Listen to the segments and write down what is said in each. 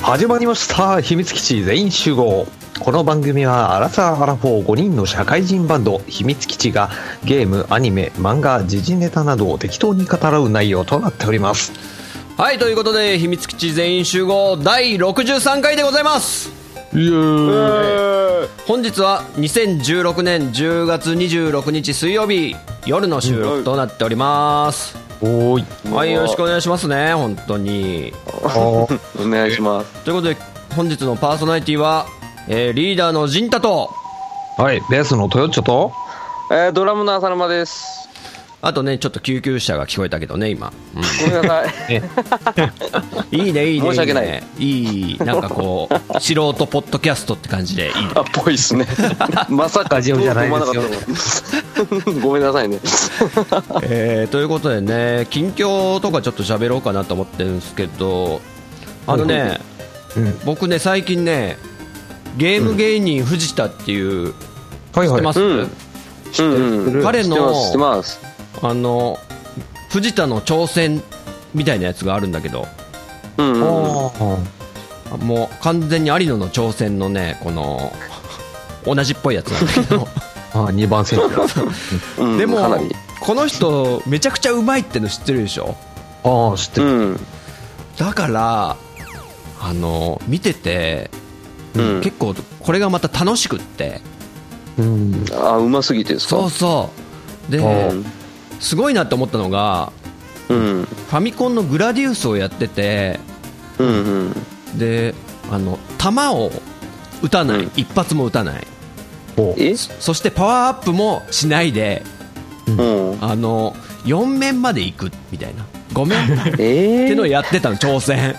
始まりました秘密基地全員集合。この番組はアラサーアラフォー5人の社会人バンド秘密基地がゲーム、アニメ、漫画、時事ネタなどを適当に語らう内容となっております。 はい、ということで秘密基地全員集合第63回でございます。 イエーイ。 本日は2016年10月26日水曜日夜の収録となっております。 おーい。 はい、よろしくお願いしますね。本当にお願いします。 ということで本日のパーソナリティは、リーダーの陣太と、 はい、ベースのトヨッチョと、 ドラムの浅沼です。 あとね、ちょっと救急車が聞こえたけどね今、 ごめんなさい。 いいねいいね、 申し訳ない。 いい、なんかこう素人ポッドキャストって感じでいいね。 あっぽいっすね。まさかラジオじゃないですよ。 ごめんなさいね。 ということでね、近況とかちょっと喋ろうかなと思ってるんですけど、僕ね最近ねゲーム芸人藤田っていう、知ってます？彼の知ってます。 藤田の挑戦みたいなやつがあるんだけど、もう完全に有野の挑戦のね、この同じっぽいやつなんだけど 2番選手だ。 でもこの人めちゃくちゃうまいっての知ってるでしょ。 ああ、知ってる。 だから見てて、結構これがまた楽しくって、 うますぎてですか。 そうそうで、すごいなって思ったのが、ファミコンのグラディウスをやってて、で弾を撃たない、一発も撃たない、そしてパワーアップもしないで、4面まで行くみたいな、5面ってのをやってたの、挑戦。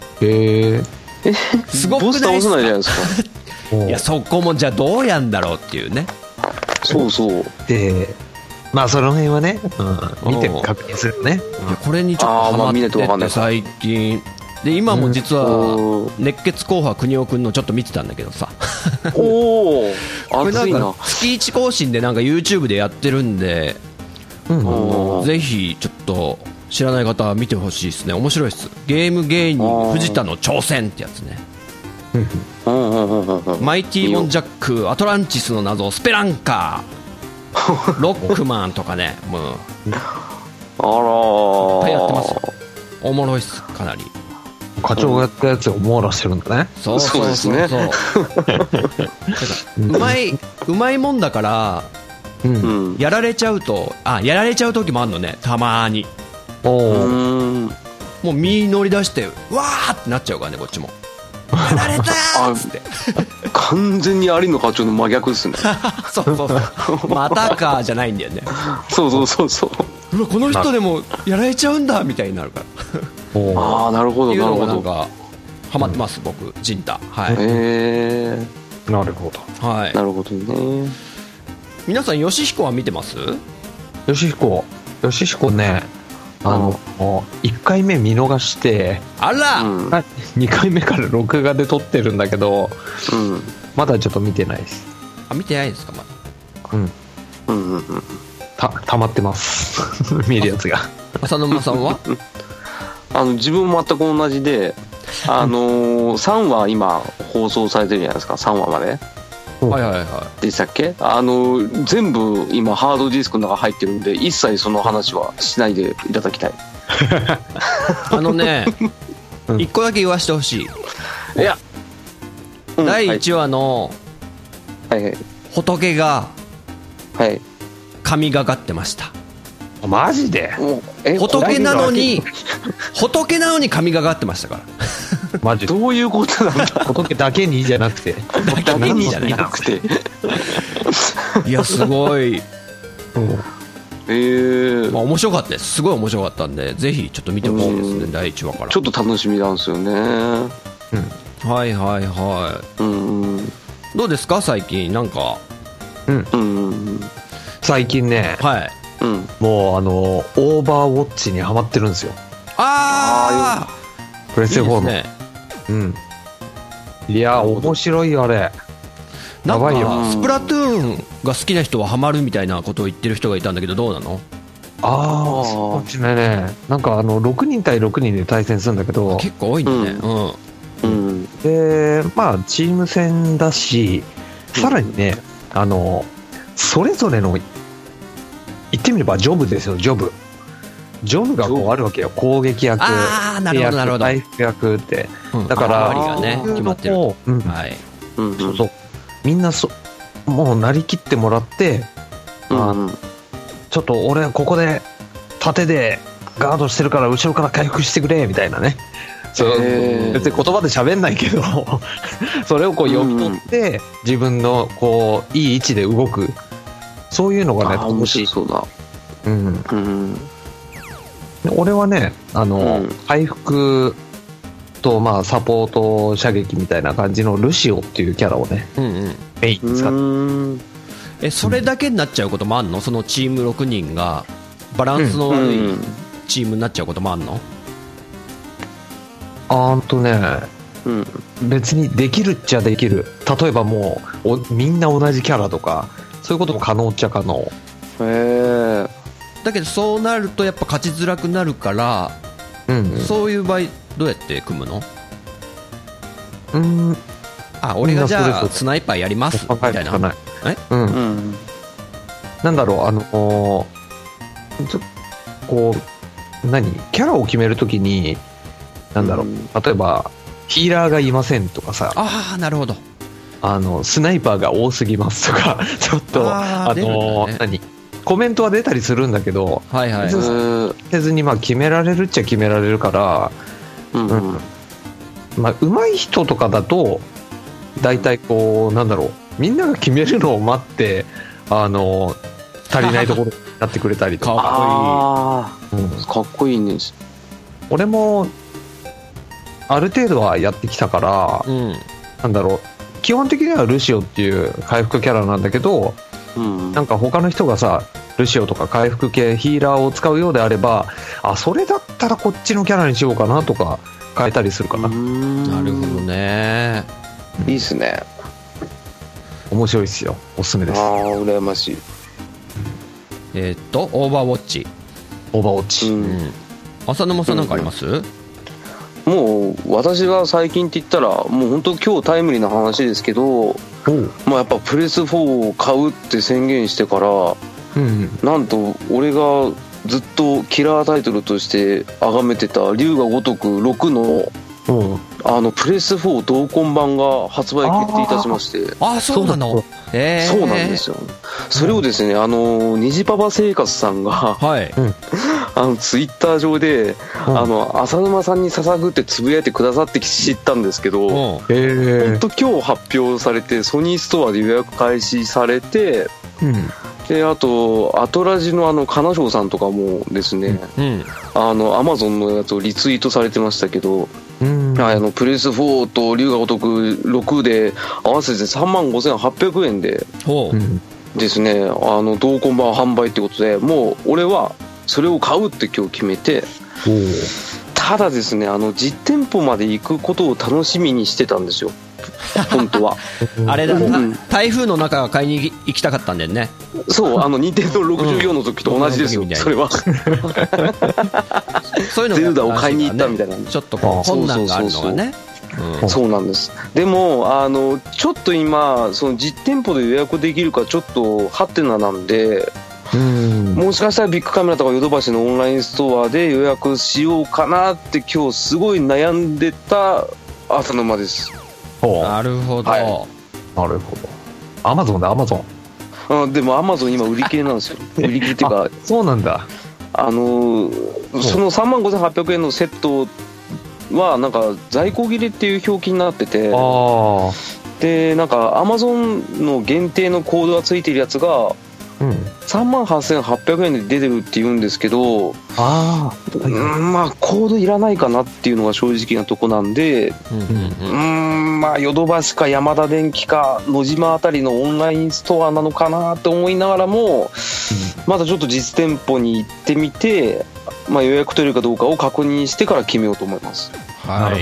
すごくないですか？ ボス倒せないじゃないですか。 いや、そこもじゃあどうやんだろうっていうね。 そうそうで、まあその辺はね、見て確認するね。 これにちょっとハマってて最近で、今も実は熱血紅白国尾くんのちょっと見てたんだけどさ。 これなんか月1更新でなんか YouTube でやってるんで、ぜひちょっと知らない方は見てほしいですね。面白いです。ゲーム芸人藤田の挑戦ってやつね。マイティモンジャック、アトランティスの謎、スペランカー、ロックマンとかね、もういっぱいやってますよ。おもろいっす、かなり。 課長がやったやつを網羅してるんだね。 そうそうそうそう。うまいもんだから、やられちゃうと、やられちゃう時もあるのね、たまーに。もう身乗り出してわーってなっちゃうからね、こっちも。やられたーっつって。 完全に有野課長の真逆ですね。 そうそうそう。またかじゃないんだよね。 そうそうそうそう。 うわ、この人でもやられちゃうんだみたいになるから。 なるほどなるほど。 なんかハマってます、僕、陣太。はい。 なるほど。 はい。 なるほどね。 皆さん、ヨシヒコは見てます？ ヨシヒコね、1回目見逃して、 あら、 2回目から録画で撮ってるんだけど、まだちょっと見てないです。 見てないですか、まだ。溜まってます見るやつが。 浅沼さんは？ 自分も全く同じで、3話今放送されてるじゃないですか。3話まで。 はいはいはい。 でしたっけ？全部今ハードディスクの中入ってるんで、一切その話はしないでいただきたい。 一個だけ言わせてほしい。 いや、 第1話の仏が神がかってました。 マジで？ 仏なのに神がかってましたから。 マジ？どういうことなんだ？仏だけにじゃなくて。 だけにじゃなくて。いや、すごい。面白かったです。すごい面白かったんで、ぜひちょっと見てほしいですね、第1話から。 ちょっと楽しみなんですよね。 はいはいはい。どうですか最近、なんか。 最近ね、もうオーバーウォッチにハマってるんですよ。プレステ4の。いや、面白いよあれ。 なんかスプラトゥーンが好きな人はハマるみたいなことを言ってる人がいたんだけど、どうなの？ そうですね。なんか6人対6人で対戦するんだけど、 結構多いんだね。 うん、 でまあチーム戦だし、さらにね、それぞれの言ってみればジョブですよ。ジョブがこうあるわけよ。攻撃役、 なるほどなるほど、 回復役って、だから役割がね決まってると、はい、 そうそう、みんなもうなりきってもらって、ちょっと俺ここで盾でガードしてるから後ろから回復してくれみたいなね。別に言葉で喋んないけどそれをこう読み取って自分のこういい位置で動く、そういうのがね楽しい。そうだ。 俺はね回復とまあサポート射撃みたいな感じのルシオっていうキャラをね、メインに使って。 それだけになっちゃうこともあんの？そのチーム6人がバランスの悪いチームになっちゃうこともあんの？ 別にできるっちゃできる。例えばもうみんな同じキャラとかそういうことも可能っちゃ可能。 だけどそうなるとやっぱ勝ちづらくなるから、そういう場合どうやって組むの？俺がじゃあスナイパーやりますみたいな。 なんだろう、こうキャラを決めるときになんだろう、例えばヒーラーがいませんとかさ、 なるほど、 スナイパーが多すぎますとかちょっとコメントは出たりするんだけど、せずにまあ決められるっちゃ決められるから、まあ上手い人とかだと大体こうなんだろう、みんなが決めるのを待って足りないところになってくれたりとかかっこいいね。 俺もある程度はやってきたから、なんだろう、基本的にはルシオっていう回復キャラなんだけど、なんか他の人がさルシオとか回復系ヒーラーを使うようであれば、それだったらこっちのキャラにしようかなとか変えたりするかな。 なるほどね。 いいっすね。 面白いっすよ。おすすめです。 羨ましい。 オーバーウォッチ。浅沼さんなんかあります？ もう私が最近って言ったらもう本当今日タイムリーな話ですけど、まあやっぱプレス4を買うって宣言してから、なんと俺がずっとキラータイトルとして崇めてた龍が如く6のプレス4同梱版が発売決定いたしまして。 そうなの？ そうなんですよ。それをですね、虹パパ生活さんが、ツイッター上で、浅沼さんに捧ぐってつぶやいてくださって知ったんですけど、本当今日発表されて、ソニーストアで予約開始されて、であとアトラジの金賞さんとかもですね、アマゾンのやつをリツイートされてましたけど、プレス4と龍が如く6で合わせて35,800円でですね、同梱版販売ってことで、もう俺はそれを買うって今日決めて、ただですね、実店舗まで行くことを楽しみにしてたんですよ本当は。 あれだ、台風の中が買いに行きたかったんだよね。 そう、任天堂64の時と同じですよ、それは。 そういうのが、 ゼルダを買いに行ったみたいな、 ちょっとこう困難があるのがね。 そうなんです。でもちょっと今その実店舗で予約できるかちょっとハテナなんで、もしかしたらビッグカメラとかヨドバシのオンラインストアで予約しようかなって今日すごい悩んでた浅沼です。 なるほど、なるほど。アマゾンでもアマゾン今売り切れなんですよ。売り切れっていうかそうなんだ。 その35,800円のセットはなんか在庫切れっていう表記になってて、でなんかアマゾンの限定のコードがついてるやつが38,800円で出てるって言うんですけど、まあコードいらないかなっていうのが正直なとこなんで、まあヨドバシかヤマダ電機か野島あたりのオンラインストアなのかなって思いながらも、まだちょっと実店舗に行ってみて、まあ、予約取れるかどうかを確認してから決めようと思います。 はい、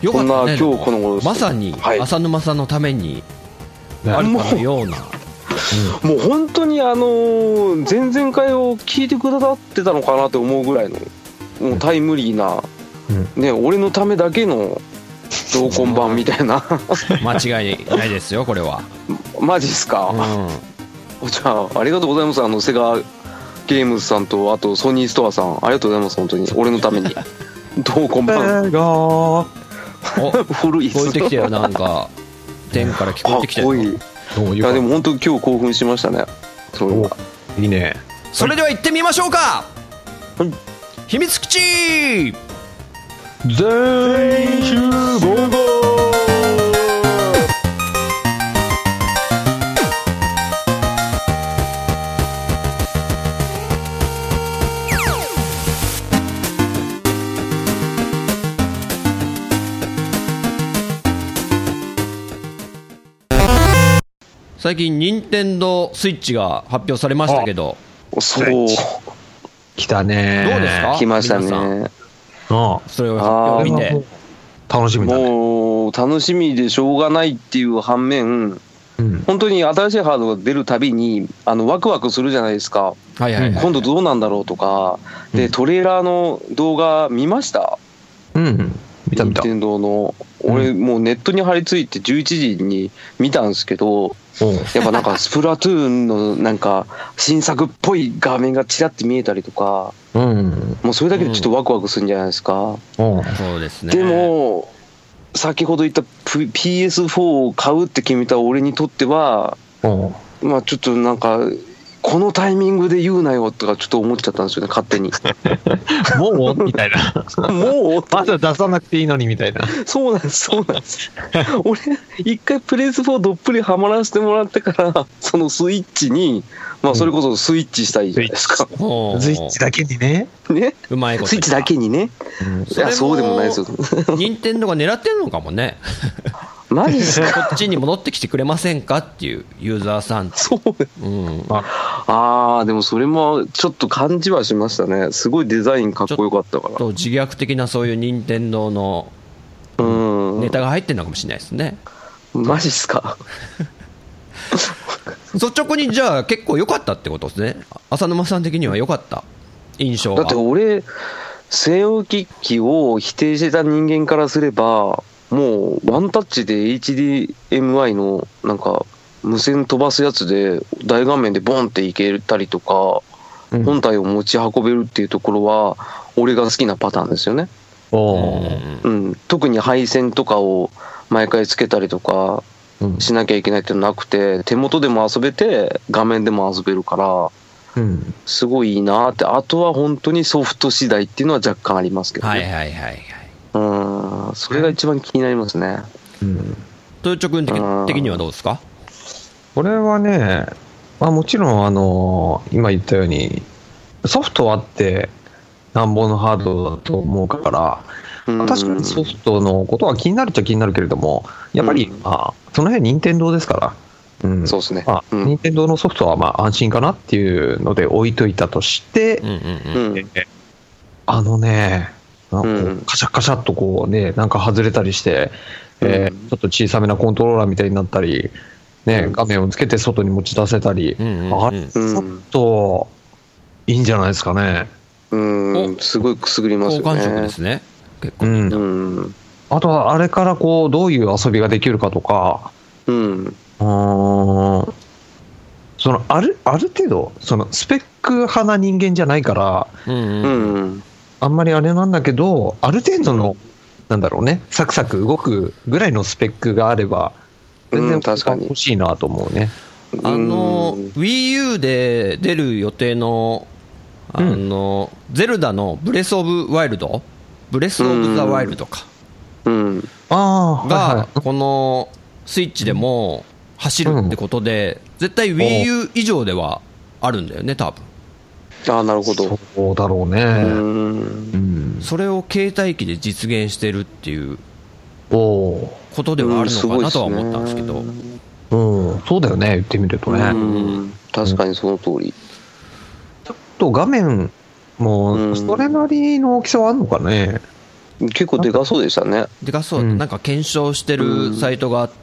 よかったね。今日この頃まさに浅沼さんのためにあるかのような、 もう本当に前々回を聞いてくださってたのかなって思うぐらいのもうタイムリーなね、俺のためだけの同梱版みたいな間違いないですよこれは。 マジっすか、じゃあありがとうございます。セガゲームズさんとあとソニーストアさん、ありがとうございます。本当に俺のために同梱版古いっす。 聞こえてきてよ、なんか天から聞こえてきてよ。 かっこいい。いやでも本当今日興奮しましたね。それはいいね。 それでは行ってみましょうか。秘密基地全員集合。 最近任天堂スイッチが発表されましたけど、 そう来たね。 どうですか。 来ましたね。 それを発表見て楽しみだね。 もう楽しみでしょうがないっていう反面、本当に新しいハードが出るたびにワクワクするじゃないですか。今度どうなんだろうとかで、トレーラーの動画見ました。 見た。任天堂の俺もうネットに張り付いて11時に見たんですけど、やっぱなんかスプラトゥーンのなんか新作っぽい画面がちらって見えたりとか、もうそれだけでちょっとワクワクするんじゃないですか。 そうですね。 でも先ほど言った PS4 を買うって決めた俺にとっては、まあちょっとなんかこのタイミングで言うなよとかちょっと思っちゃったんですよね、勝手に。 もうみたいな。もうまだ出さなくていいのにみたいな。 そうなんです俺一回プレイス4どっぷりハマらせてもらってからそのスイッチに、まあそれこそスイッチしたいじゃないですか。 スイッチだけにね。 うまいこと。 スイッチだけにね。いやそうでもないですよ。 任天堂が狙ってるのかもね。 マジですか。 こっちに戻ってきてくれませんかっていうユーザーさん。 そう。でもそれもちょっと感じはしましたね。すごいデザインかっこよかったから。 と自虐的なそういう任天堂のネタが入ってるのかもしれないですね。 マジっすか。 率直にじゃあ結構良かったってことですね。浅沼さん的には良かった印象が。 だって俺西洋機器を否定してた人間からすれば、もうワンタッチで HDMI のなんか無線飛ばすやつで大画面でボンっていけたりとか、本体を持ち運べるっていうところは俺が好きなパターンですよね。特に配線とかを毎回つけたりとかしなきゃいけないってなくて、手元でも遊べて画面でも遊べるからすごいいいなって。あとは本当にソフト次第っていうのは若干ありますけどね。それが一番気になりますね。 豊町君的にはどうですか。 これはね、もちろん今言ったようにソフトあってなんぼのハードだと思うから、確かにソフトのことは気になるっちゃ気になるけれども、やっぱり、その辺任天堂ですから、 そうですね。 任天堂のソフトは安心かなっていうので置いといたとして、カシャカシャっとこうね、なんか外れたりして、ちょっと小さめなコントローラーみたいになったり、画面をつけて外に持ち出せたり、ちょっといいんじゃないですかね。 すごいくすぐりますよね。 好感触ですね。結構あとはあれからこうどういう遊びができるかとか、そのある程度そのスペック派な人間じゃないから、あんまりあれなんだけど、ある程度のなんだろうね、サクサク動くぐらいのスペックがあれば全然確かに欲しいなと思うね。 Wii U で出る予定のゼルダのブレスオブワイルド、ブレスオブザワイルドかがこのスイッチでも走るってことで、絶対 Wii U 以上ではあるんだよね、多分。 なるほど。 そうだろうね。 それを携帯機で実現してるっていうことではあるのかなとは思ったんですけど、 そうだよね、言ってみるとね。 確かにその通り。 ちょっと画面もそれなりの大きさはあるのかね。 結構でかそうでしたね。 でかそう、なんか検証してるサイトがあって、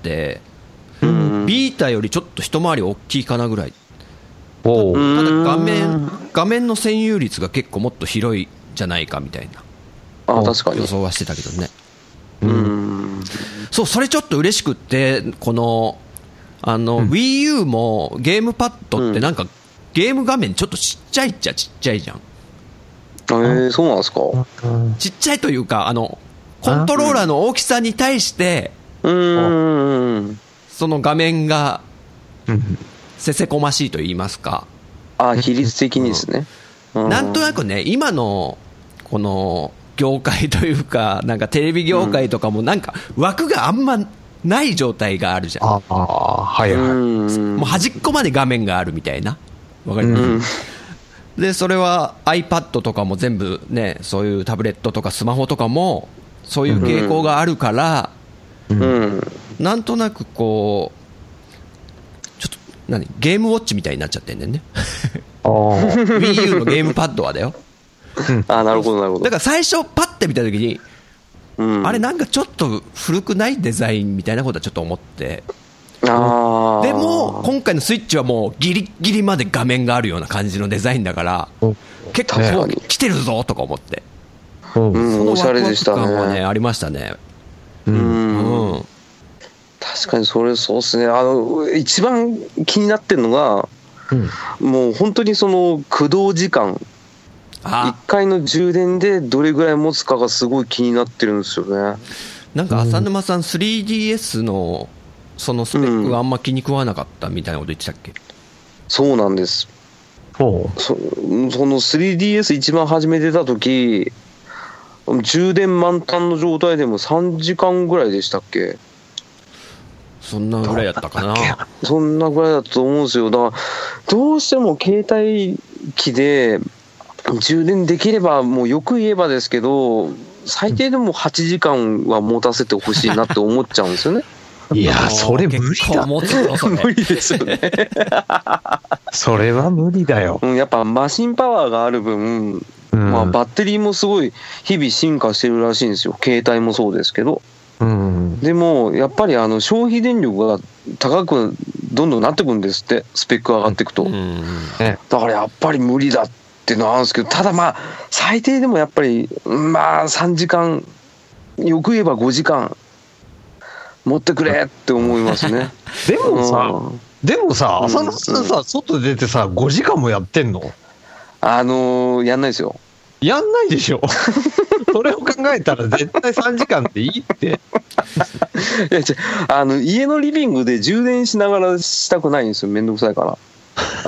ビータよりちょっと一回り大きいかなぐらい。ただ画面の占有率が結構もっと広いじゃないかみたいな。 確かに予想はしてたけどね。そう、それちょっと嬉しくって、このWii U もゲームパッドってなんか、ゲーム画面ちょっとちっちゃいっちゃちっちゃいじゃん。 そうなんですか。 ちっちゃいというか、コントローラーの大きさに対して、その画面がせせこましいと言いますか。 比率的にですね。 なんとなくね、今のこの業界というか、なんかテレビ業界とかもなんか枠があんまない状態があるじゃん。 はいはい。 もう端っこまで画面があるみたいな。わかります？でそれは iPad とかも全部ね、そういうタブレットとかスマホとかもそういう傾向があるから、なんとなくこうちょっとゲームウォッチみたいになっちゃってんねんね。Wii U のゲームパッドはだよ。 なるほどなるほど。 だから最初パッて見たときに、あれなんかちょっと古くないデザインみたいなことはちょっと思って。でも今回のスイッチはもうギリギリまで画面があるような感じのデザインだから、結構来てるぞとか思って、 おしゃれでしたね。 そのワクワク感はねありましたね。 確かにそうですね。一番気になってるのが、もう本当にその駆動時間、1回の充電でどれぐらい持つかがすごい気になってるんですよね。 なんか浅沼さん 3DS のそのスペックがあんま気に食わなかったみたいなこと言ってたっけ？ そうなんです。その 3DS 一番初め出た時、充電満タンの状態でも3時間ぐらいでしたっけ？ そんなぐらいだったかな。 そんなぐらいだったと思うんですよ。だからどうしても携帯機で充電できれば、もうよく言えばですけど、最低でも8時間は持たせてほしいなって思っちゃうんですよね。 いや、それ無理だ。 無理ですよね。 それは無理だよ。 やっぱマシンパワーがある分、バッテリーもすごい日々進化してるらしいんですよ。携帯もそうですけど。でもやっぱり消費電力が高くどんどんなってくるんですって、スペック上がっていくと。だからやっぱり無理だっていうのはあるんですけど、ただ最低でもやっぱり3時間、よく言えば5時間持ってくれって思いますね。 でもさ、浅野さんさ、外出てさ、5時間もやってんの？ やんないですよ。 やんないでしょ。それを考えたら絶対3時間でいいって。 家のリビングで充電しながらしたくないんですよ。めんどくさいから。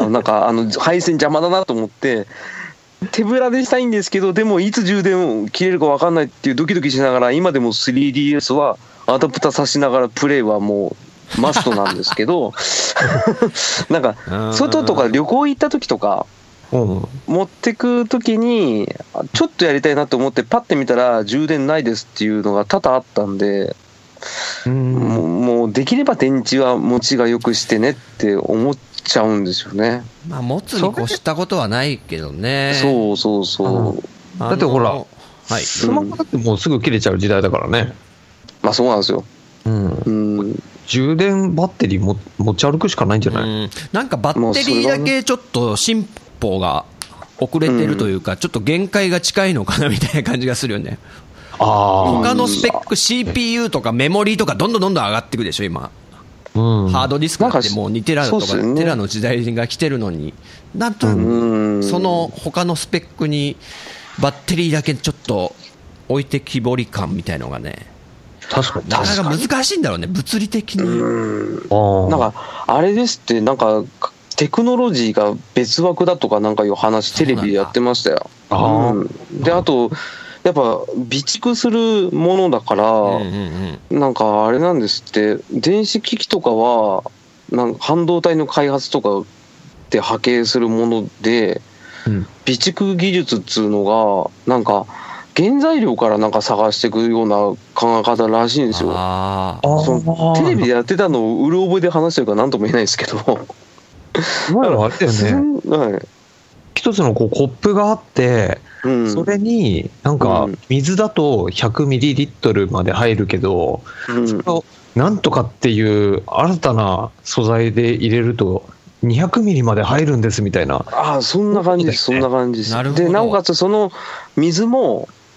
なんか配線邪魔だなと思って手ぶらでしたいんですけど、でもいつ充電を切れるか分かんないっていうドキドキしながら、今でも 3DS はアダプタさしながらプレイはもうマストなんですけどなんか外とか旅行行った時とか持ってく時にちょっとやりたいなと思ってパッて見たら充電ないですっていうのが多々あったんで、もうできれば電池は持ちがよくしてねって思っちゃうんですよね。 持つに越したことはないけどね。 そうだってほら、スマホだってもうすぐ切れちゃう時代だからね。 そうなんですよ。 充電バッテリー持ち歩くしかないんじゃない？ なんかバッテリーだけちょっと進歩が遅れてるというか、ちょっと限界が近いのかなみたいな感じがするよね。他のスペック CPU とかメモリーとかどんどん上がっていくでしょ今。ハードディスクだってもう2テラとかテラの時代が来てるのに、なんとその他のスペックにバッテリーだけちょっと置いてきぼり感みたいのがね、 確かになかなか難しいんだろうね、物理的に。 なんかあれですって、なんかテクノロジーが別枠だとかなんかいう話テレビでやってましたよ。であとやっぱ備蓄するものだから、なんかあれなんですって、電子機器とかはなんか半導体の開発とかで波形するもので、備蓄技術っつうのがなんか原材料からなんか探していくような考え方らしいんですよ。そのテレビでやってたのをうる覚えで話してるから何とも言えないですけどだからあれだよね、一つのコップがあって、それになんか水だと100ミリリットルまで入るけど、それをなんとかっていう新たな素材で入れると200ミリまで入るんですみたいな。 そんな感じです、そんな感じです。でなおかつその水も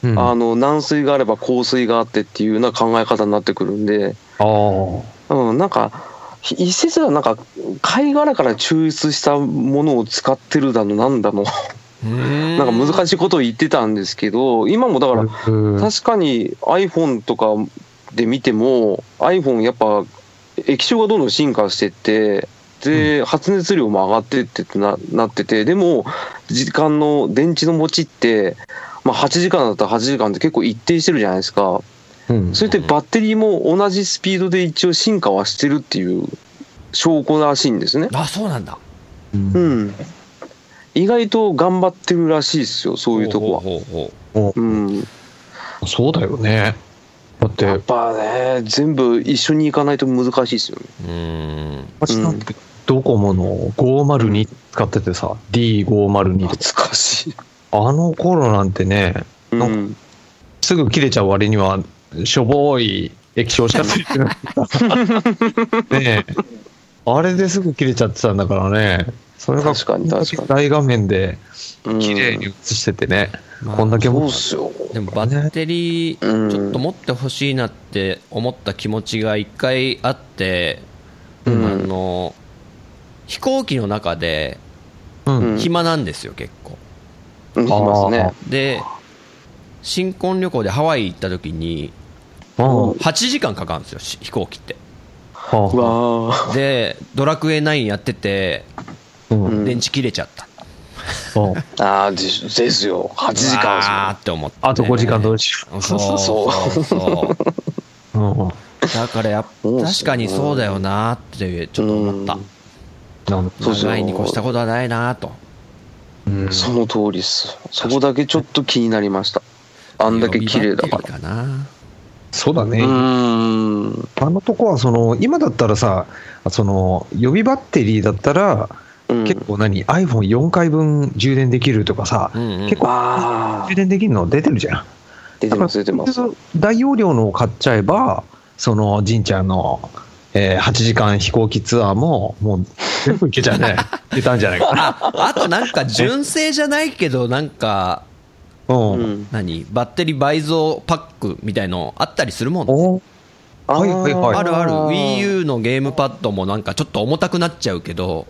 軟水があれば硬水があってっていうような考え方になってくるんで、なんか一説はなんか貝殻から抽出したものを使ってるだのなんだのなんか難しいことを言ってたんですけど、今もだから確かに iPhone とかで見ても iPhone やっぱ液晶がどんどん進化していって、で発熱量も上がってってなってて、でも時間の電池の持ちって、8時間だったら8時間って結構一定してるじゃないですか。それってバッテリーも同じスピードで一応進化はしてるっていう証拠らしいんですね。 あ、そうなんだ。 意外と頑張ってるらしいですよ、そういうとこは。 そうだよね。だってやっぱね、全部一緒に行かないと難しいですよね。 ドコモの502使っててさ、D502 懐かしい。 あの頃なんてね、すぐ切れちゃう割にはしょぼい液晶しかついてないねえ、あれですぐ切れちゃってたんだからね。それが大画面で綺麗に映しててね、こんだけもでもバッテリーちょっと持ってほしいなって思った気持ちが一回あって、飛行機の中で暇なんですよ、結構。 暇ですね。 で新婚旅行でハワイ行った時に8時間かかるんですよ、飛行機って。でドラクエ9やってて電池切れちゃった。 ああですよ、8時間ですよって思って、 あと5時間どうしよう。 そうだから確かにそうだよなってちょっと思った。長いに越したことはないなと。 その通りです。そこだけちょっと気になりました。あんだけ綺麗だから。 そうだね。あのとこは今だったらさ、予備バッテリーだったら結構iPhone4 回分充電できるとかさ、結構充電できるの出てるじゃん。 出てます出てます。 大容量のを買っちゃえば、じんちゃんの8時間飛行機ツアーももう全部いけちゃうね。いけたんじゃないかな。 あとなんか純正じゃないけどなんかバッテリー倍増パックみたいのあったりするもんね。あるある。 Wii U のゲームパッドもなんかちょっと重たくなっちゃうけど、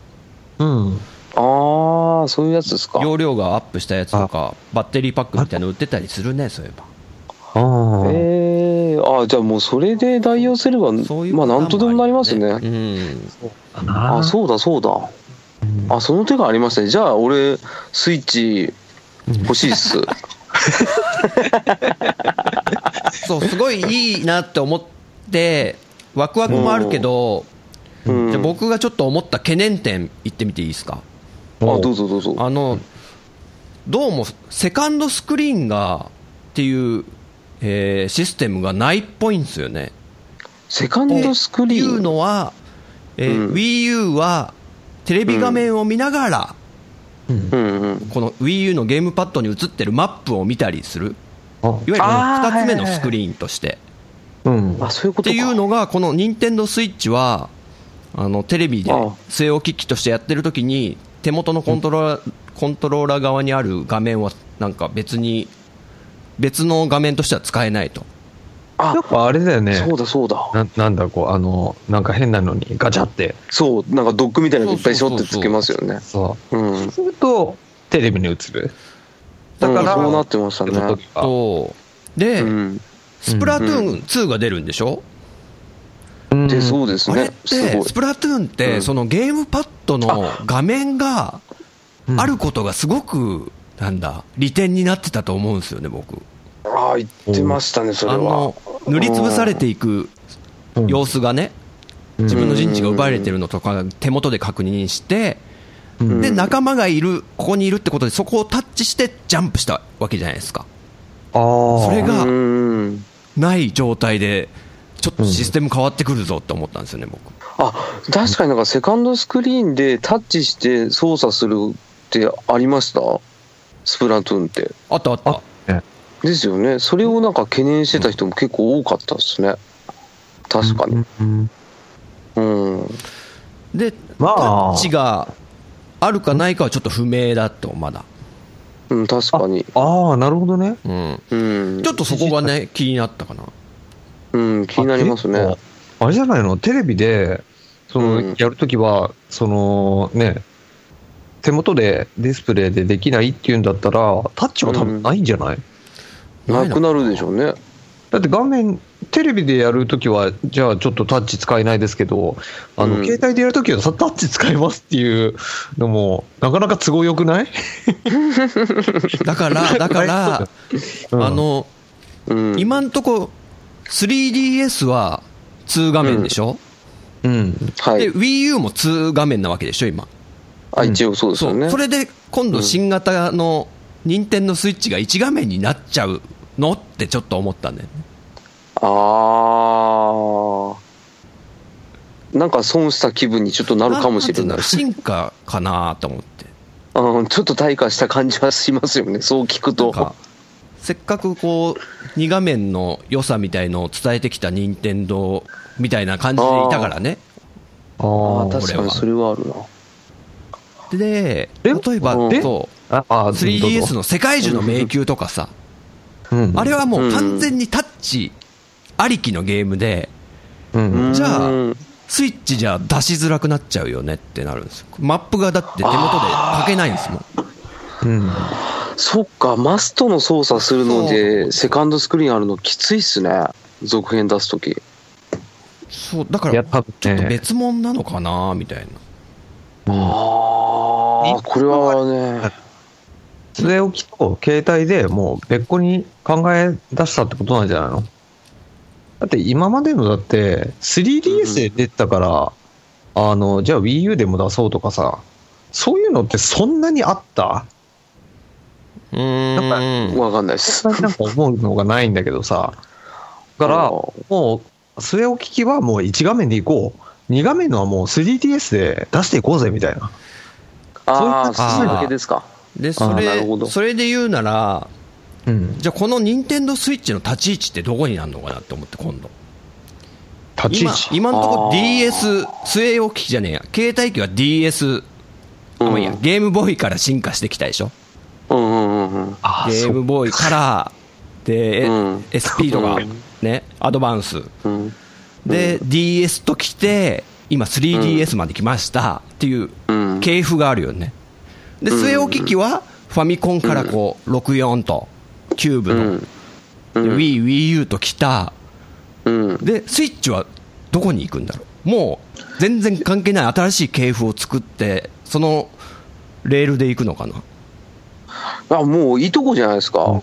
そういうやつですか。 容量がアップしたやつとかバッテリーパックみたいなの売ってたりするね、そういえば。 じゃあもうそれで代用すればなんとでもなりますね。そうだそうだ。その手がありますね。じゃあ俺スイッチ欲しいっす。 そう、すごいいいなって思ってワクワクもあるけど、じゃあ僕がちょっと思った懸念点言ってみていいですか。 どうぞどうぞ。 どうもセカンドスクリーンがっていうシステムがないっぽいんですよね。 セカンドスクリーンいうのは、Wii U はテレビ画面を見ながら、この Wii U のゲームパッドに映ってるマップを見たりする、いわゆる2つ目のスクリーンとして、っていうのがこの任天堂スイッチはテレビで据え置き機としてやってる時に手元のコントローラー側にある画面はなんか別の画面としては使えないと。 やっぱあれだよね。 そうだ。 なんか変なのにガチャって。 そう、なんかドックみたいなのベショってつけますよね。 そうするとテレビに映る。だからそうなってましたね。 で、スプラトゥーン2が出るんでしょ。 そうですね。 あれってスプラトゥーンってそのゲームパッドの画面があることがすごく利点になってたと思うんですよね、僕。 言ってましたね、それは。 塗りつぶされていく様子がね、自分の陣地が奪われてるのとか手元で確認して、で仲間がいる、ここにいるってことでそこをタッチしてジャンプしたわけじゃないですか。それがない状態でちょっとシステム変わってくるぞって思ったんですよね、僕。 確かになんかセカンドスクリーンでタッチして操作するってありました？スプラトゥーンって。 あったですよね。それをなんか懸念してた人も結構多かったですね。確かに。 で、タッチがあるかないかはちょっと不明だと、まだ。 うん、確かに。 ああ、なるほどね。 うん。ちょっとそこがね、気になったかな。 うん、気になりますね。 あれじゃないの、テレビで、やるときは、ね、手元でディスプレイでできないっていうんだったら、タッチは多分ないんじゃない？ なくなるでしょうね。 だってテレビでやるときは、じゃあちょっとタッチ使えないですけど、携帯でやるときはタッチ使えますっていうのも、なかなか都合よくない？ だから、今んとこ 3DS は2画面でしょ？ はい。 で、Wii U も2画面なわけでしょ、今。 一応そうですよね。 それで今度新型の任天堂スイッチが1画面になっちゃうのってちょっと思ったんだよね。 なんか損した気分にちょっとなるかもしれない。 進化かなと思って。 ちょっと退化した感じはしますよね、そう聞くと。 せっかくこう2画面の良さみたいのを伝えてきた任天堂みたいな感じでいたからね。 確かにそれはあるな。 で、例えば3DS の世界樹の迷宮とかさ、あれはもう完全にタッチありきのゲームで、じゃあスイッチじゃ出しづらくなっちゃうよねってなるんですよ。マップがだって手元で書けないんですもん。 そっか、マストの操作するのでセカンドスクリーンあるのきついっすね、続編出すとき。 そうだからちょっと別物なのかなみたいな。 これはね、 据え置きと携帯でもう別個に考え出したってことなんじゃないの？だって今までのだって 3DS で出てたから、じゃあ Wii U でも出そうとかさ、そういうのってそんなにあった？ なんかわかんないです。 なんか思うのがないんだけどさ。だからもう据え置き機はもう1画面でいこう。2画面のはもう 3DS で出していこうぜみたいな。 そういうわけですか。 でそれで言うなら、じゃあこの任天堂スイッチの立ち位置ってどこになるのかなと思って、今度立ち位置今のところ DS 据え置き機じゃねえや、携帯機は DS、ゲームボーイから進化してきたでしょ。ゲームボーイからで、SP とかね、アドバンスで DS ときて今 3DS まで来ましたっていう系譜があるよね。で据え置き機はファミコンからこう64とキューブの Wii U ときた。でスイッチはどこに行くんだろう。もう全然関係ない新しい系譜を作ってそのレールで行くのかな。 もういいとこじゃないですか。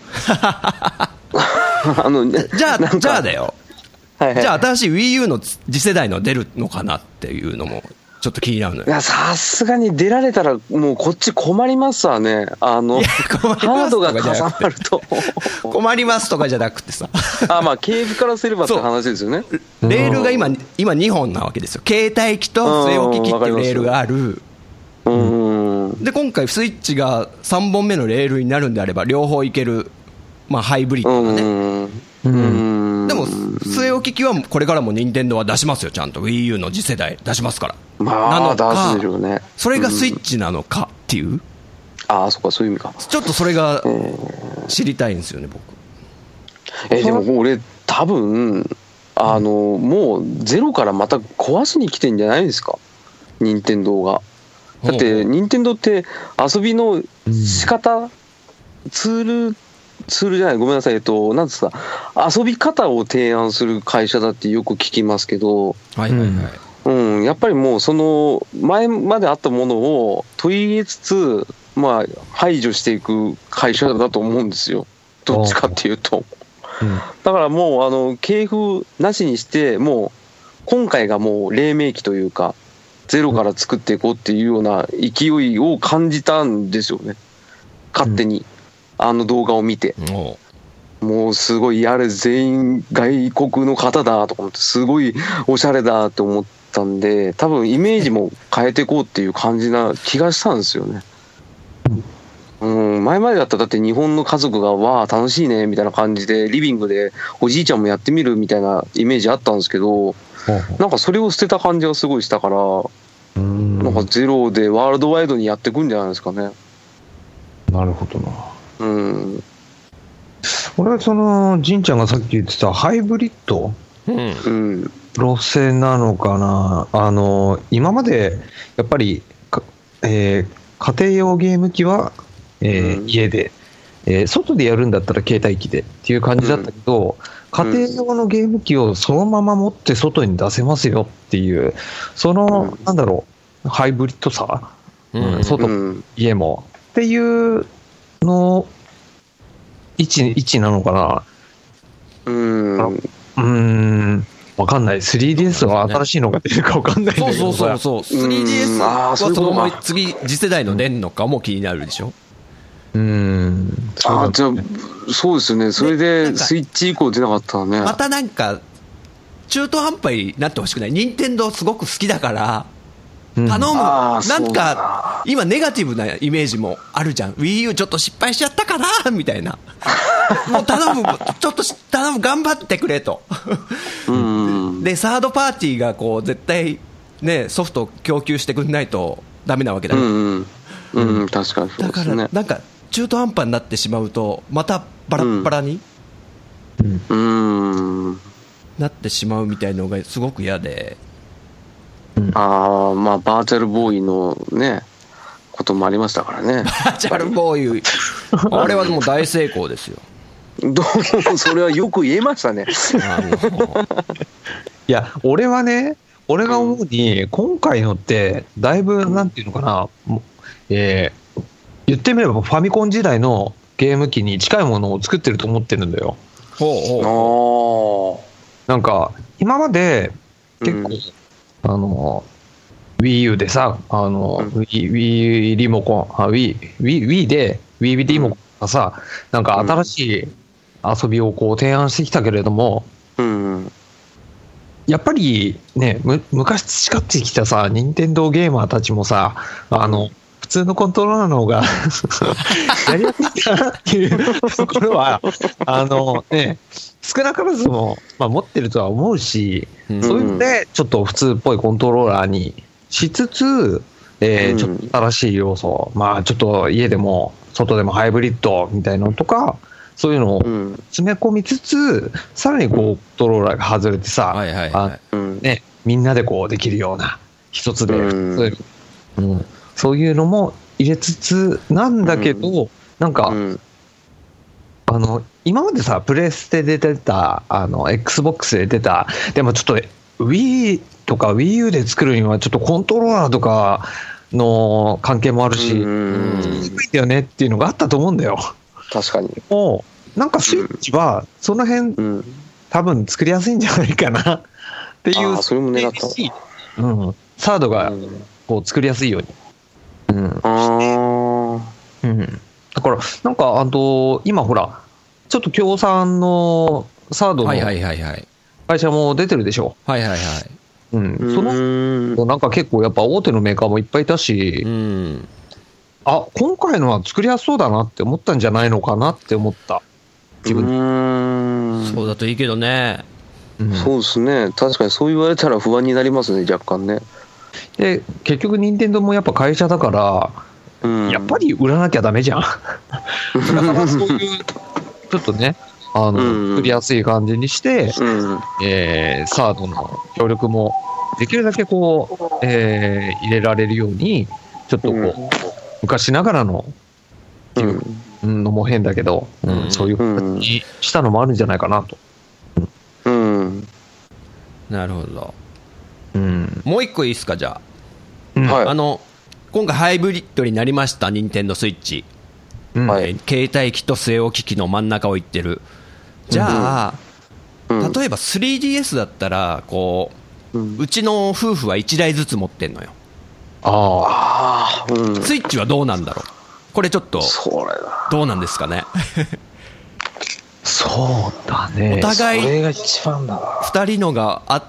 じゃあだよ。じゃあ新しい Wii U の次世代の出るのかなっていうのもちょっと気になるのよ。 いや、さすがに出られたらもうこっち困りますわね。ハードが重なると困りますとかじゃなくてさ系譜からすればって話ですよね。 レールが今2本なわけですよ。携帯機と据え置き機っていうレールがある。で今回スイッチが3本目のレールになるんであれば両方いける、ハイブリッドなね。でも据え置き機はこれからも任天堂は出しますよ、ちゃんと Wii U の次世代出しますから。なのか、 出すでしょうね。 それがスイッチなのかっていう、 そっか、そういう意味か。 ちょっとそれが知りたいんですよね、僕。 でも俺多分もうゼロからまた壊しに来てんじゃないですか、任天堂が。だって任天堂って遊びの仕方、ツールじゃない、ごめんなさい、なんですか、遊び方を提案する会社だってよく聞きますけど、やっぱりもうその前まであったものを取り入れつつ、排除していく会社だと思うんですよ、どっちかっていうと。だからもう系譜なしにして、もう今回がもう黎明期というか、ゼロから作っていこうっていうような勢いを感じたんですよね、勝手に。動画を見て、もうすごい、あれ全員外国の方だとか思って、すごいおしゃれだって思ったんで、多分イメージも変えていこうっていう感じな気がしたんですよね。前までだったらだって日本の家族がわー楽しいねみたいな感じでリビングでおじいちゃんもやってみるみたいなイメージあったんですけど、なんかそれを捨てた感じがすごいしたから、なんかゼロでワールドワイドにやっていくんじゃないですかね。 なるほどな。 俺はそのじんちゃんがさっき言ってたハイブリッド、路線なのかな。今までやっぱり家庭用ゲーム機は、家で、外でやるんだったら携帯機でっていう感じだったけど、家庭用のゲーム機をそのまま持って外に出せますよっていう、その、なんだろう、ハイブリッドさ、外、家もっていうの位置なのかな。わかんない。3DS は新しいのが出るかわかんないんだけど、 そう 3DS はそのまま次次世代の出んのかも気になるでしょ。 じゃあそうですね。それでスイッチ以降出なかったらね、 またなんか中途半端になってほしくない。任天堂すごく好きだから頼む、なんか今ネガティブなイメージもあるじゃん。 Wii U ちょっと失敗しちゃったかなみたいなもう頼む頑張ってくれとでサードパーティーがこう絶対ねソフトを供給してくんないとダメなわけだよ。 確かにそうですね。 だからなんか中途半端になってしまうとまたバラッバラになってしまうみたいなのがすごく嫌で、 まあバーチャルボーイのねこともありましたからね。 バーチャルボーイあれはもう大成功ですよ。 それはよく言えましたね。 いや俺が思うに今回のってだいぶなんていうのかな、言ってみればファミコン時代のゲーム機に近いものを作ってると思ってるんだよ。なんか今まで結構、Wii U でさWii リモコンWii で Wii リモコンがさなんか新しい遊びをこう提案してきたけれども、やっぱりね昔培ってきたさ任天堂ゲーマーたちもさ普通のコントローラーの方がやりやすいかなっていうところは少なからずも、持ってるとは思うし、そういうのでちょっと普通っぽいコントローラーにしつつ、ちょっと新しい要素、ちょっと家でも外でもハイブリッドみたいなのとかそういうのを詰め込みつつ、さらにこうコントローラーが外れてさ、みんなでこうできるような一つで、そういうのも入れつつなんだけど、なんか、今までさプレステで出たXBOX で出た、でもちょっと Wii とか Wii U で作るにはちょっとコントローラーとかの関係もあるし、低いんだよねっていうのがあったと思うんだよ。 確かに。 もうなんかスイッチはその辺、多分作りやすいんじゃないかなっていう。 それも願った。 サードがこう作りやすいように。だからなんか今ほらちょっと協賛のサードの会社も出てるでしょ。そのなんか結構やっぱ大手のメーカーもいっぱいいたし、今回のは作りやすそうだなって思ったんじゃないのかなって思った自分。 そうだといいけどね。 そうですね。確かにそう言われたら不安になりますね、若干ね。 で結局任天堂もやっぱ会社だから、やっぱり売らなきゃダメじゃん。だからそういうちょっとね作りやすい感じにして、サードの協力もできるだけこう、入れられるようにちょっとこう、昔ながらのっていうのも変だけど、そういう形にしたのもあるんじゃないかなと。 なるほど。もう一個いいですか、じゃあ。今回ハイブリッドになりました任天堂スイッチ、携帯機と据え置き機の真ん中をいってる。じゃあ、例えば 3DS だったらこう、うちの夫婦は1台ずつ持ってんのよ。スイッチはどうなんだろう。これちょっとどうなんですかね。 そうだね。 お互いそれが一番だな。 2人のがあって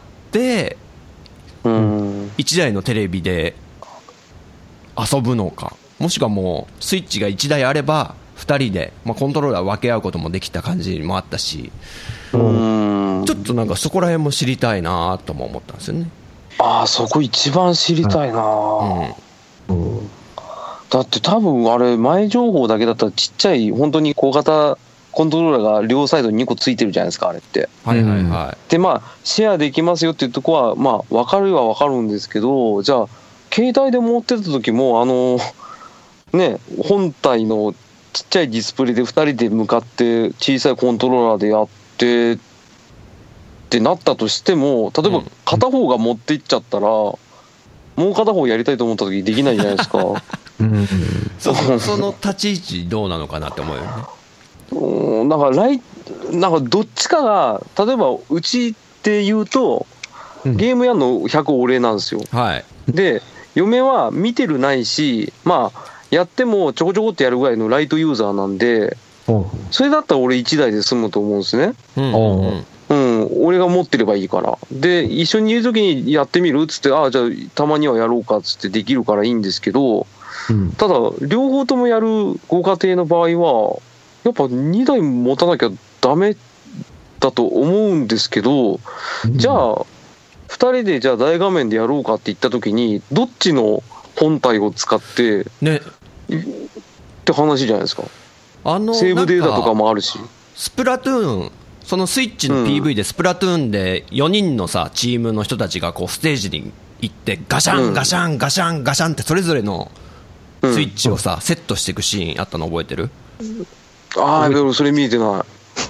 、1台のテレビで遊ぶのか、もしくはもうスイッチが1台あれば2人で、コントローラー分け合うこともできた感じもあったし、ちょっとなんかそこら辺も知りたいなとも思ったんですよね。 そこ一番知りたいな。 だって多分あれ前情報だけだったらちっちゃい本当に小型コントローラーが両サイドに2個ついてるじゃないですか、あれって。 はいはいはい。 でまあシェアできますよっていうとこはまあ分かるは分かるんですけど、じゃあ携帯で持ってた時もね、本体のちっちゃいディスプレイで2人で向かって小さいコントローラーでやってってなったとしても、例えば片方が持っていっちゃったら、もう片方やりたいと思った時できないじゃないですか。 その立ち位置どうなのかなって思うよね。 なんかどっちかが、例えばうちって言うとゲームやんの100俺なんですよ、 はい、 で嫁は見てるないし、まあやってもちょこちょこってやるぐらいのライトユーザーなんで、それだったら俺1台で済むと思うんですね。俺が持ってればいいから。で一緒にいる時にやってみるっつって、ああじゃあたまにはやろうかっつってできるからいいんですけど、ただ両方ともやるご家庭の場合はやっぱ2台持たなきゃダメだと思うんですけど、じゃあ2人でじゃあ大画面でやろうかって言った時にどっちの本体を使ってねって話じゃないですか。セーブデータとかもあるし、 スプラトゥーン、そのスイッチの PV でスプラトゥーンで4人のさチームの人たちがこうステージに行ってガシャンガシャンガシャンガシャンってそれぞれのスイッチをさセットしていくシーンあったの覚えてる？ ああ、でもそれ見えてない。あ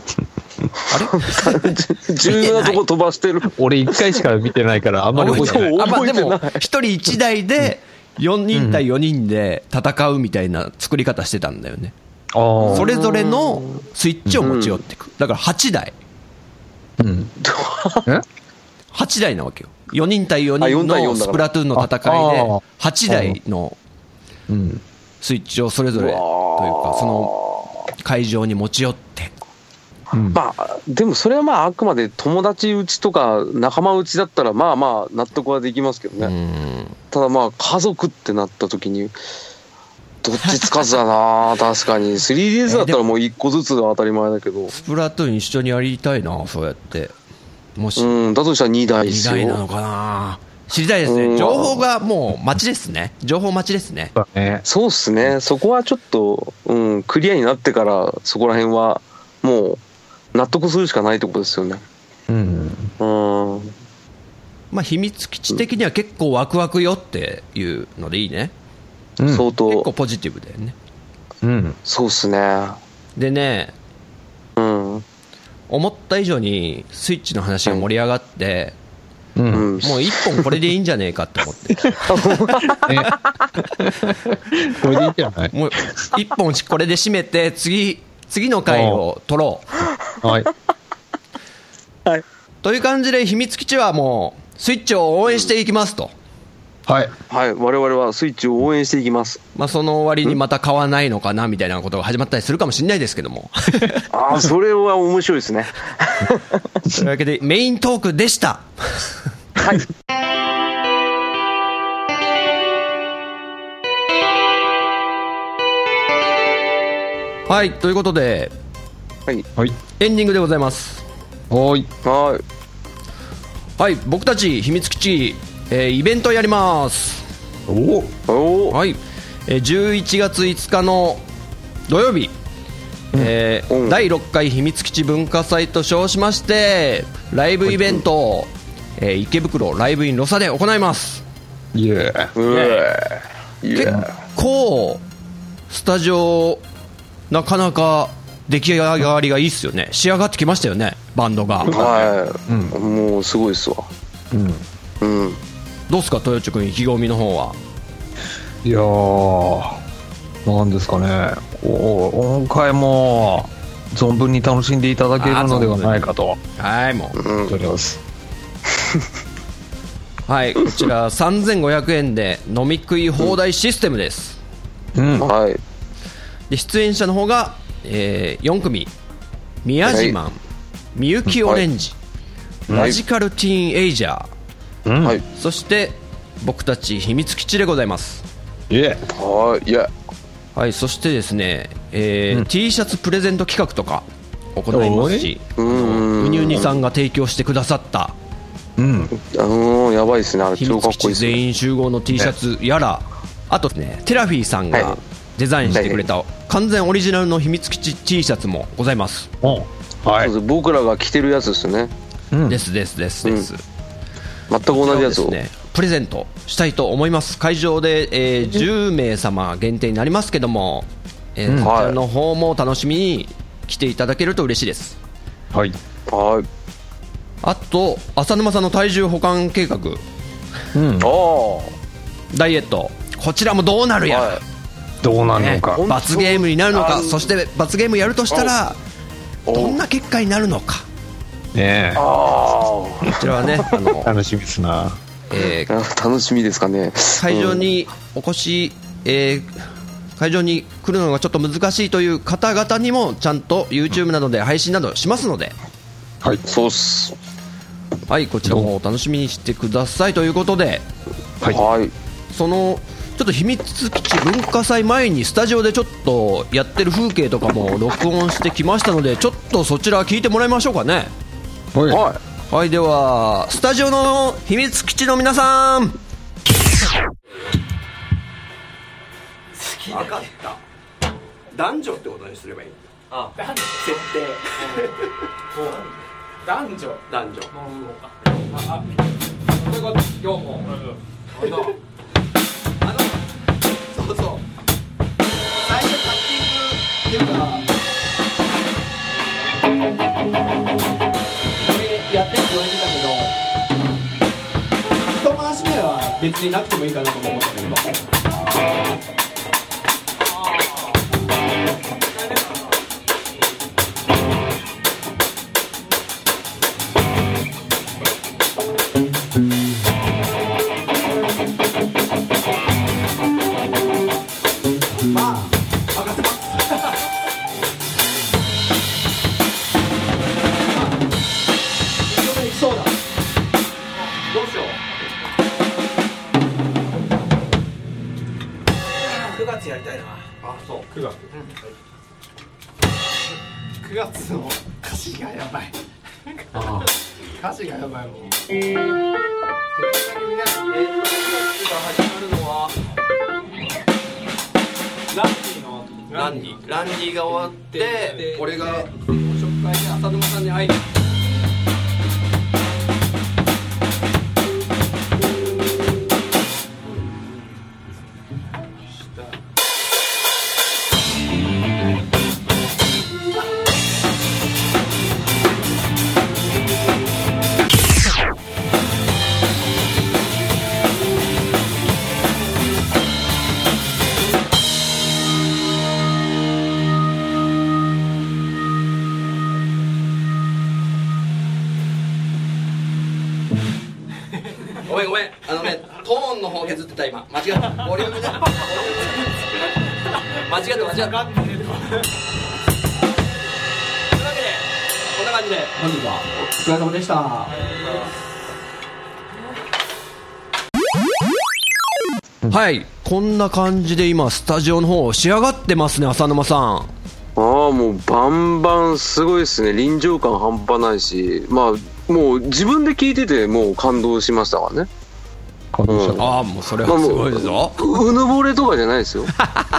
れ重要なとこ飛ばしてる。 俺1回しか見てないからあんまり覚えてない。 でも1人1台で4人対4人で戦うみたいな作り方してたんだよね。それぞれのスイッチを持ち寄っていく。だから8台、8台なわけよ。4人対4人のスプラトゥーンの戦いで8台のスイッチをそれぞれというかその会場に持ち寄って、 まあでもそれはまああくまで友達うちとか仲間うちだったらまあまあ納得はできますけどね。ただまあ家族ってなった時にどっちつかずだな。確かに 3DS だったらもう1個ずつが当たり前だけど、 スプラトゥーン一緒にやりたいな。そうやってもしだとしたら2台ですよ。 2台なのかな、知りたいですね。情報がもう待ちですね。情報待ちですね。 そうっすね。そこはちょっと、クリアになってからそこら辺はもう納得するしかないってことですよね。 まあ秘密基地的には結構ワクワクよっていうのでいいね。 相当結構ポジティブだよね。 そうっすね。 でね、思った以上にスイッチの話が盛り上がって、もう一本これでいいんじゃねえかって思ってこれでいいんじゃない？ もう一本これで締めて次の回を取ろう。はい、という感じで秘密基地はもうスイッチを応援していきますと。 はい、我々はスイッチを応援していきます。 まあその割にまた買わないのかなみたいなことが始まったりするかもしれないですけどもそれは面白いですねというわけでメイントークでしたはいはい、ということで、エンディングでございます。はい、僕たち秘密基地イベントやります。はい、11月5日の土曜日、第6回秘密基地文化祭と称しましてライブイベントを、池袋ライブインロサで行います。結構スタジオなかなか出来上がりがいいっすよね。仕上がってきましたよね、バンドが。 もうすごいっすわ。 どうすか豊地君、意気込みの方は。 いやー、なんですかね、今回も存分に楽しんでいただけるのではないかと。 はい、もう思っております。 はい、こちら3500円で飲み食い放題システムです。で出演者の方が、4組、宮島、みゆきオレンジ、ラジカルティーンエイジャー、そして僕たち秘密基地でございます。はい、そしてですね、T シャツプレゼント企画とか行いますし、うにゅうにさんが提供してくださったやばいですね、あれ超かっこいいですね。 秘密基地全員集合の T シャツやら、 あとね、テラフィーさんがデザインしてくれた完全オリジナルの秘密基地 T シャツもございます。 はい、僕らが着てるやつですね。 です。全く同じやつをプレゼントしたいと思います。会場で、10名様限定になりますけども、そちらの方も楽しみに来ていただけると嬉しいです。 はい。 あと浅沼さんの体重保管計画、ダイエット、こちらもどうなるや、 どうなるのか、 罰ゲームになるのか、そして罰ゲームやるとしたらどんな結果になるのかね。 こちらはね楽しみですな。 楽しみですかね。 会場にお越し、会場に来るのがちょっと難しいという方々にもちゃんと YouTube などで配信などしますので、 はい、そうっす。 はい、こちらもお楽しみにしてくださいということで、そのちょっと秘密基地文化祭前にスタジオでちょっとやってる風景とかも録音してきましたので、ちょっとそちら聞いてもらいましょうかね。はい、ではスタジオの秘密基地の皆さん、分かった、男女ってことにすればいい。設定男女そういうこと、今日もそうそう、最初カッティングっていうかこれやってって言われてたけど、一回し目は別になくてもいいかなと思ったんだけど、 9月の歌詞がやばい。歌詞がやばいもん。始まるのはランディが終わって、俺が初回で浅沼さんに会いに。ごめんトーンの方削ってた今、間違ったボリュームで間違ったというわけでこんな感じで本日はお疲れ様でした。はい、こんな感じで今スタジオの方仕上がってますね、浅沼さん。 もうバンバンすごいですね。臨場感半端ないし、もう自分で聞いててもう感動しましたからね。 もうそれはすごいぞ。 うぬぼれとかじゃないですよ。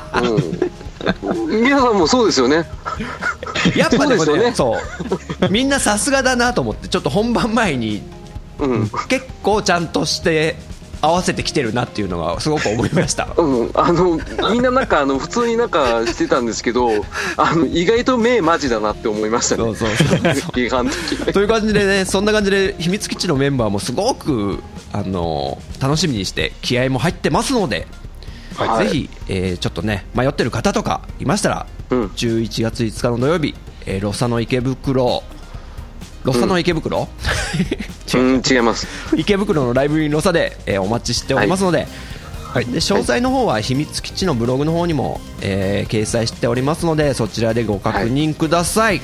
皆さんもそうですよね。 やっぱでもね、そうみんなさすがだなと思って、ちょっと本番前に、結構ちゃんとして合わせてきてるなっていうのがすごく思いました。 みんななんか普通になんかしてたんですけど、意外と目マジだなって思いましたね。批判的という感じでね、そんな感じで秘密基地のメンバーもすごく楽しみにして気合も入ってますので、ぜひ、ちょっとね迷ってる方とかいましたら、11月5日の土曜日、ロッサの池袋、 違います。 池袋のライブインロサで、お待ちしておりますので、で詳細の方は秘密基地のブログの方にも、掲載しておりますので、そちらでご確認ください。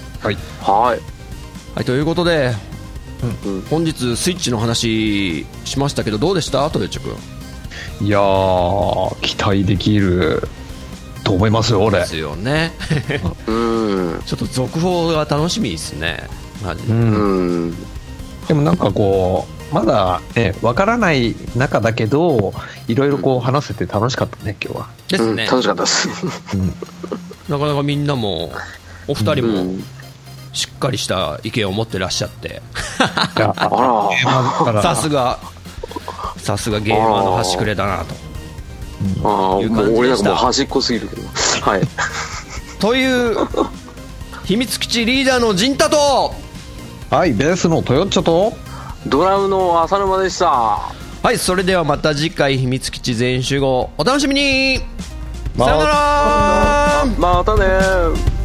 ということで、本日スイッチの話しましたけど、どうでした豊地君。 いやー、期待できると思いますよ、俺。 ですよね。ちょっと続報が楽しみですね。 でもなんかこまだね分からない中だけどいろいろこう話せて楽しかったね今日は。 ですね、 楽しかったです、 なかなかみんなもお二人もしっかりした意見を持ってらっしゃってさすがゲーマーの端くれだなという感じでした。 もう俺なんかもう端っこすぎるけどはいという秘密基地リーダーの陣太と、 はい、ベースのトヨッチョとドラムの浅沼でした。 はい、それではまた次回秘密基地全員集合お楽しみに。さよなら。 またね。